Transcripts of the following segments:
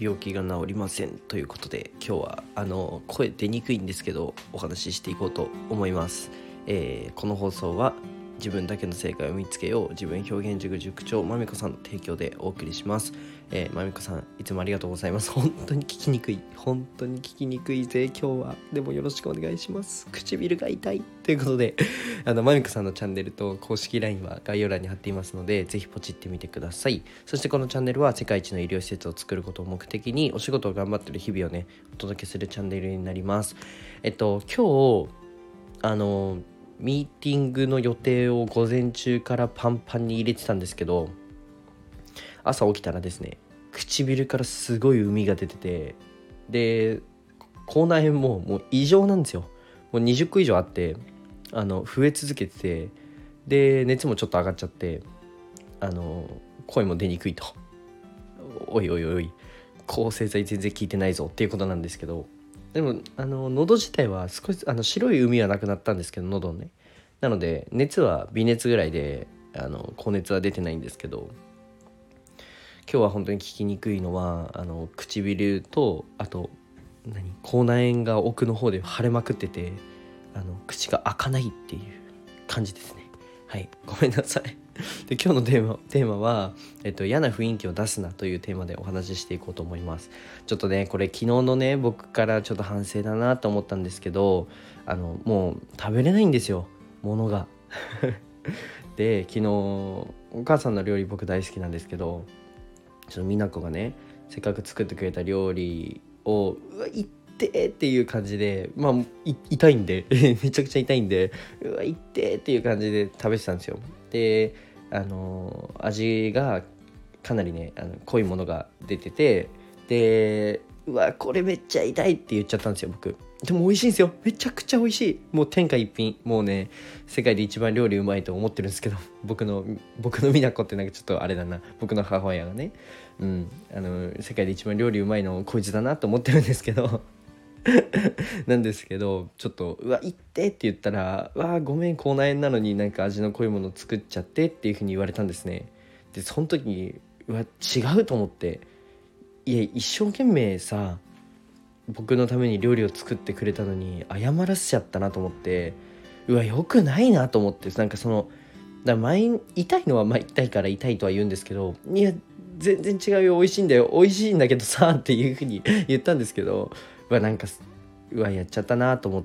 病気が治りませんということで、今日は声出にくいんですけどお話ししていこうと思います。この放送は自分だけの正解を見つけよう自分表現塾塾長まみこさんの提供でお送りします。まみこさんいつもありがとうございます。本当に聞きにくいぜ今日は。でもよろしくお願いします。唇が痛いということでまみこさんのチャンネルと公式 LINE は概要欄に貼っていますので、ぜひポチってみてください。そしてこのチャンネルは世界一の医療施設を作ることを目的にお仕事を頑張っている日々をねお届けするチャンネルになります。今日ミーティングの予定を午前中からパンパンに入れてたんですけど、朝起きたらですね、唇からすごい膿が出てて、で口内炎もう異常なんですよ。もう20個以上あって増え続けてて、で熱もちょっと上がっちゃって声も出にくいと。おい抗生剤全然効いてないぞっていうことなんですけど、でも喉自体は少し白い膿はなくなったんですけど、喉のね、なので熱は微熱ぐらいで高熱は出てないんですけど、今日は本当に効きにくいのは唇と、あと口内炎が奥の方で腫れまくってて口が開かないっていう感じですね。はい、ごめんなさい。で今日のテーマは、嫌な雰囲気を出すなというテーマでお話ししていこうと思います。ちょっとねこれ昨日のね僕からちょっと反省だなと思ったんですけど、もう食べれないんですよ、物がで昨日お母さんの料理僕大好きなんですけど、ちょっと美奈子がねせっかく作ってくれた料理をいってっていう感じで、痛いんでめちゃくちゃ痛いんで、いってっていう感じで食べてたんですよ。で味がかなりね濃いものが出てて、でこれめっちゃ痛いって言っちゃったんですよ僕。でも美味しいんですよ、めちゃくちゃ美味しい、もう天下一品、もうね世界で一番料理うまいと思ってるんですけど僕の美奈子ってなんかちょっとあれだな、僕の母親がね、世界で一番料理うまいのこいつだなと思ってるんですけどなんですけど、ちょっといってって言ったら、ごめん口内炎なのになんか味の濃いもの作っちゃってっていう風に言われたんですね。でその時に違うと思って、いや一生懸命さ僕のために料理を作ってくれたのに謝らせちゃったなと思って、良くないなと思って、なんか痛いのは痛いから痛いとは言うんですけど、いや全然違うよ、美味しいんだよ、美味しいんだけどさっていう風に言ったんですけど、なんかやっちゃったなと思って、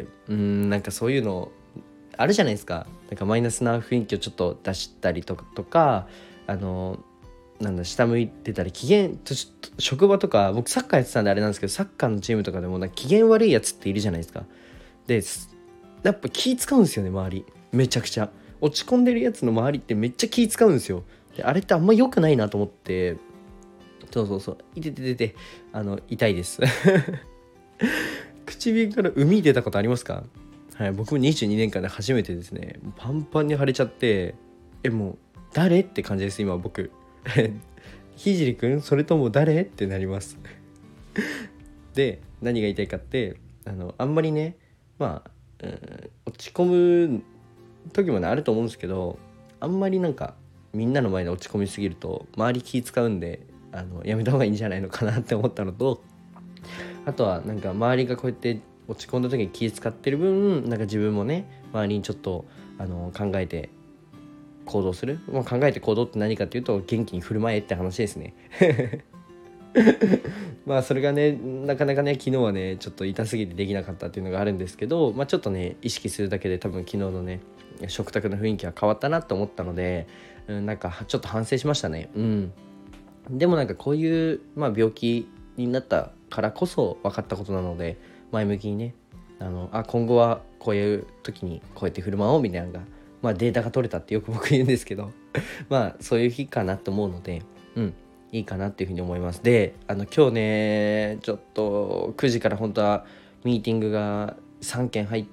なんかそういうのあるじゃないですか。なんかマイナスな雰囲気をちょっと出したりとか下向いてたり職場とか、僕サッカーやってたんであれなんですけど、サッカーのチームとかでも機嫌悪いやつっているじゃないですか。でやっぱ気使うんですよね、周りめちゃくちゃ落ち込んでるやつの周りってめっちゃ気使うんですよ。であれってあんま良くないなと思って、そう痛いです唇から膿出たことありますか？はい、僕も22年間で初めてですね。パンパンに腫れちゃって、もう誰って感じです今僕ひじりくんそれとも誰ってなりますで何が言いたいかって、あんまりね落ち込む時もねあると思うんですけど、あんまりなんかみんなの前で落ち込みすぎると周り気使うんでやめた方がいいんじゃないのかなって思ったのと、あとはなんか周りがこうやって落ち込んだ時に気使ってる分、なんか自分もね周りにちょっと考えて行動する、考えて行動って何かっていうと元気に振る舞えって話ですねそれがねなかなかね昨日はねちょっと痛すぎてできなかったっていうのがあるんですけど、ちょっとね意識するだけで多分昨日のね食卓の雰囲気は変わったなと思ったので、なんかちょっと反省しましたね。でもなんかこういう、病気になったからこそ分かったことなので、前向きにね今後はこういう時にこうやって振る舞おうみたいなのが、データが取れたってよく僕言うんですけどそういう日かなと思うので、いいかなっていうふうに思います。で今日ねちょっと9時から本当はミーティングが3件入って、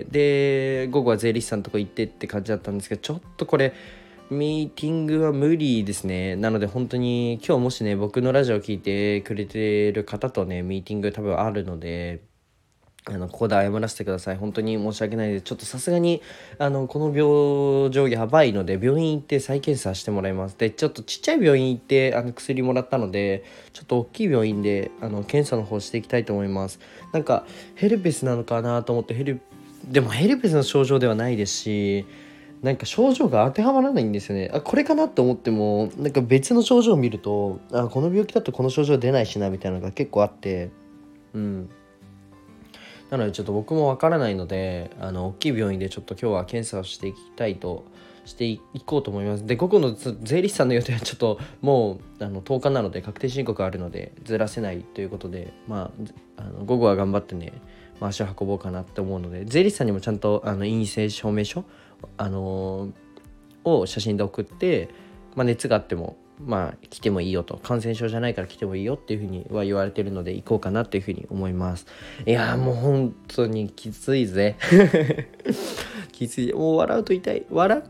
で午後は税理士さんのとこ行ってって感じだったんですけど、ちょっとこれミーティングは無理ですね。なので本当に今日もしね僕のラジオを聞いてくれてる方とねミーティング多分あるので、 ここで謝らせてください。本当に申し訳ないです。ちょっとさすがにこの病状やばいので病院行って再検査してもらいます。でちょっとちっちゃい病院行って薬もらったので、ちょっと大きい病院で検査の方していきたいと思います。なんかヘルペスなのかなと思って、でもヘルペスの症状ではないですし、なんか症状が当てはまらないんですよね。これかなと思ってもなんか別の症状を見るとこの病気だとこの症状出ないしなみたいなのが結構あって、なのでちょっと僕もわからないので大きい病院でちょっと今日は検査をしていきたいとしていこうと思います。で午後の税理士さんの予定はちょっともう10日なので確定申告あるのでずらせないということで、午後は頑張ってね、足を運ぼうかなって思うので、税理士さんにもちゃんと陰性証明書、を写真で送って、熱があっても来てもいいよと、感染症じゃないから来てもいいよっていうふうには言われてるので行こうかなっていうふうに思います。いやもう本当にきついぜきつい、もう笑うと痛い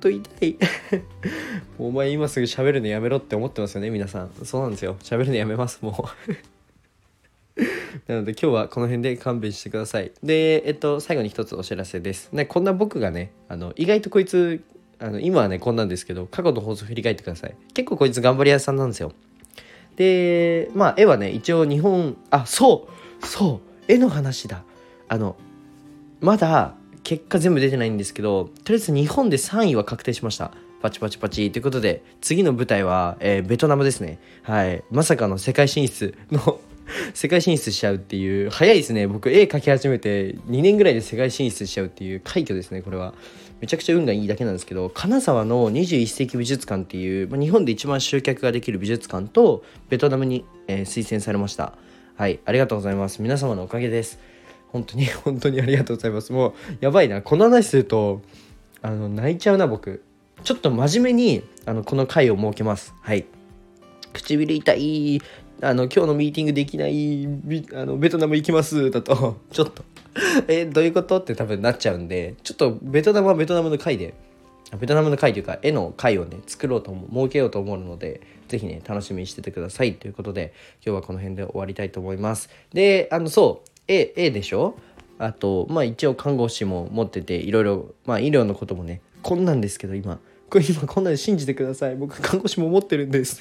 お前今すぐ喋るのやめろって思ってますよね皆さん。そうなんですよ、喋るのやめますもうなので今日はこの辺で勘弁してください。で最後に一つお知らせです。こんな僕がね意外とこいつ今はねこんなんですけど、過去の放送振り返ってください。結構こいつ頑張り屋さんなんですよ。で絵はね一応日本そう絵の話だ。まだ結果全部出てないんですけど、とりあえず日本で3位は確定しました。パチパチパチということで、次の舞台は、ベトナムですね。はい、まさかの世界進出しちゃうっていう、早いですね。僕絵描き始めて2年ぐらいで世界進出しちゃうっていう快挙ですね。これはめちゃくちゃ運がいいだけなんですけど、金沢の21世紀美術館っていう、日本で一番集客ができる美術館とベトナムに、推薦されました。はい、ありがとうございます。皆様のおかげです。本当にありがとうございます。もうやばいな、この話すると泣いちゃうな僕。ちょっと真面目にこの回を設けます。はい、唇痛い、今日のミーティングできない、ベトナム行きますだとちょっとどういうことって多分なっちゃうんで、ちょっとベトナムはベトナムの回というか絵の回をね設けようと思うので、ぜひね楽しみにしててくださいということで、今日はこの辺で終わりたいと思います。で絵でしょ。あと一応看護師も持ってて、いろいろ医療のこともね、こんなんですけど今こんなんで信じてください。僕看護師も持ってるんです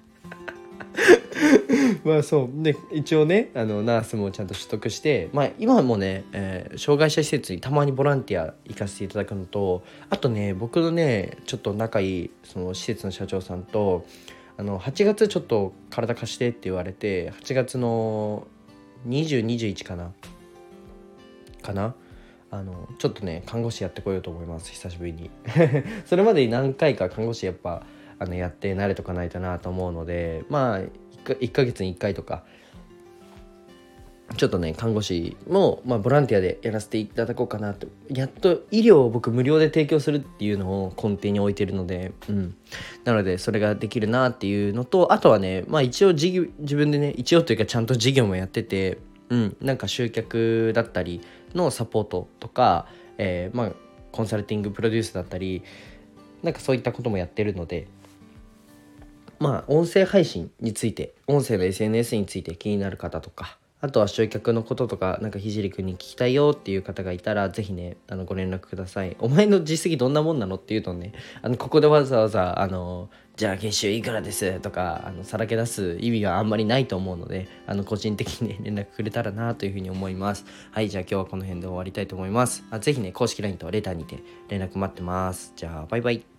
そうね、一応ねナースもちゃんと取得して、今もね、障害者施設にたまにボランティア行かせていただくのと、あとね僕のねちょっと仲いいその施設の社長さんと8月ちょっと体貸してって言われて、8月の20、21かなちょっとね看護師やってこようと思います、久しぶりにそれまでに何回か看護師やっぱやって慣れとかないとなと思うので、1ヶ月に1回とかちょっとね看護師も、ボランティアでやらせていただこうかなと。やっと医療を僕無料で提供するっていうのを根底に置いてるので、なのでそれができるなっていうのと、あとはね一応自分でね一応というかちゃんと事業もやってて、なんか集客だったりのサポートとか、コンサルティングプロデュースだったり、なんかそういったこともやってるので、音声配信について、音声の SNS について気になる方とか、あとは集客のこととか、なんかひじりくんに聞きたいよっていう方がいたら、ぜひねご連絡ください。お前の実績どんなもんなのっていうとね、ここでわざわざじゃあ月収いくらですとかさらけ出す意味があんまりないと思うので、個人的にね連絡くれたらなというふうに思います。はい、じゃあ今日はこの辺で終わりたいと思います。ぜひね公式 LINE とレターにて連絡待ってます。じゃあバイバイ。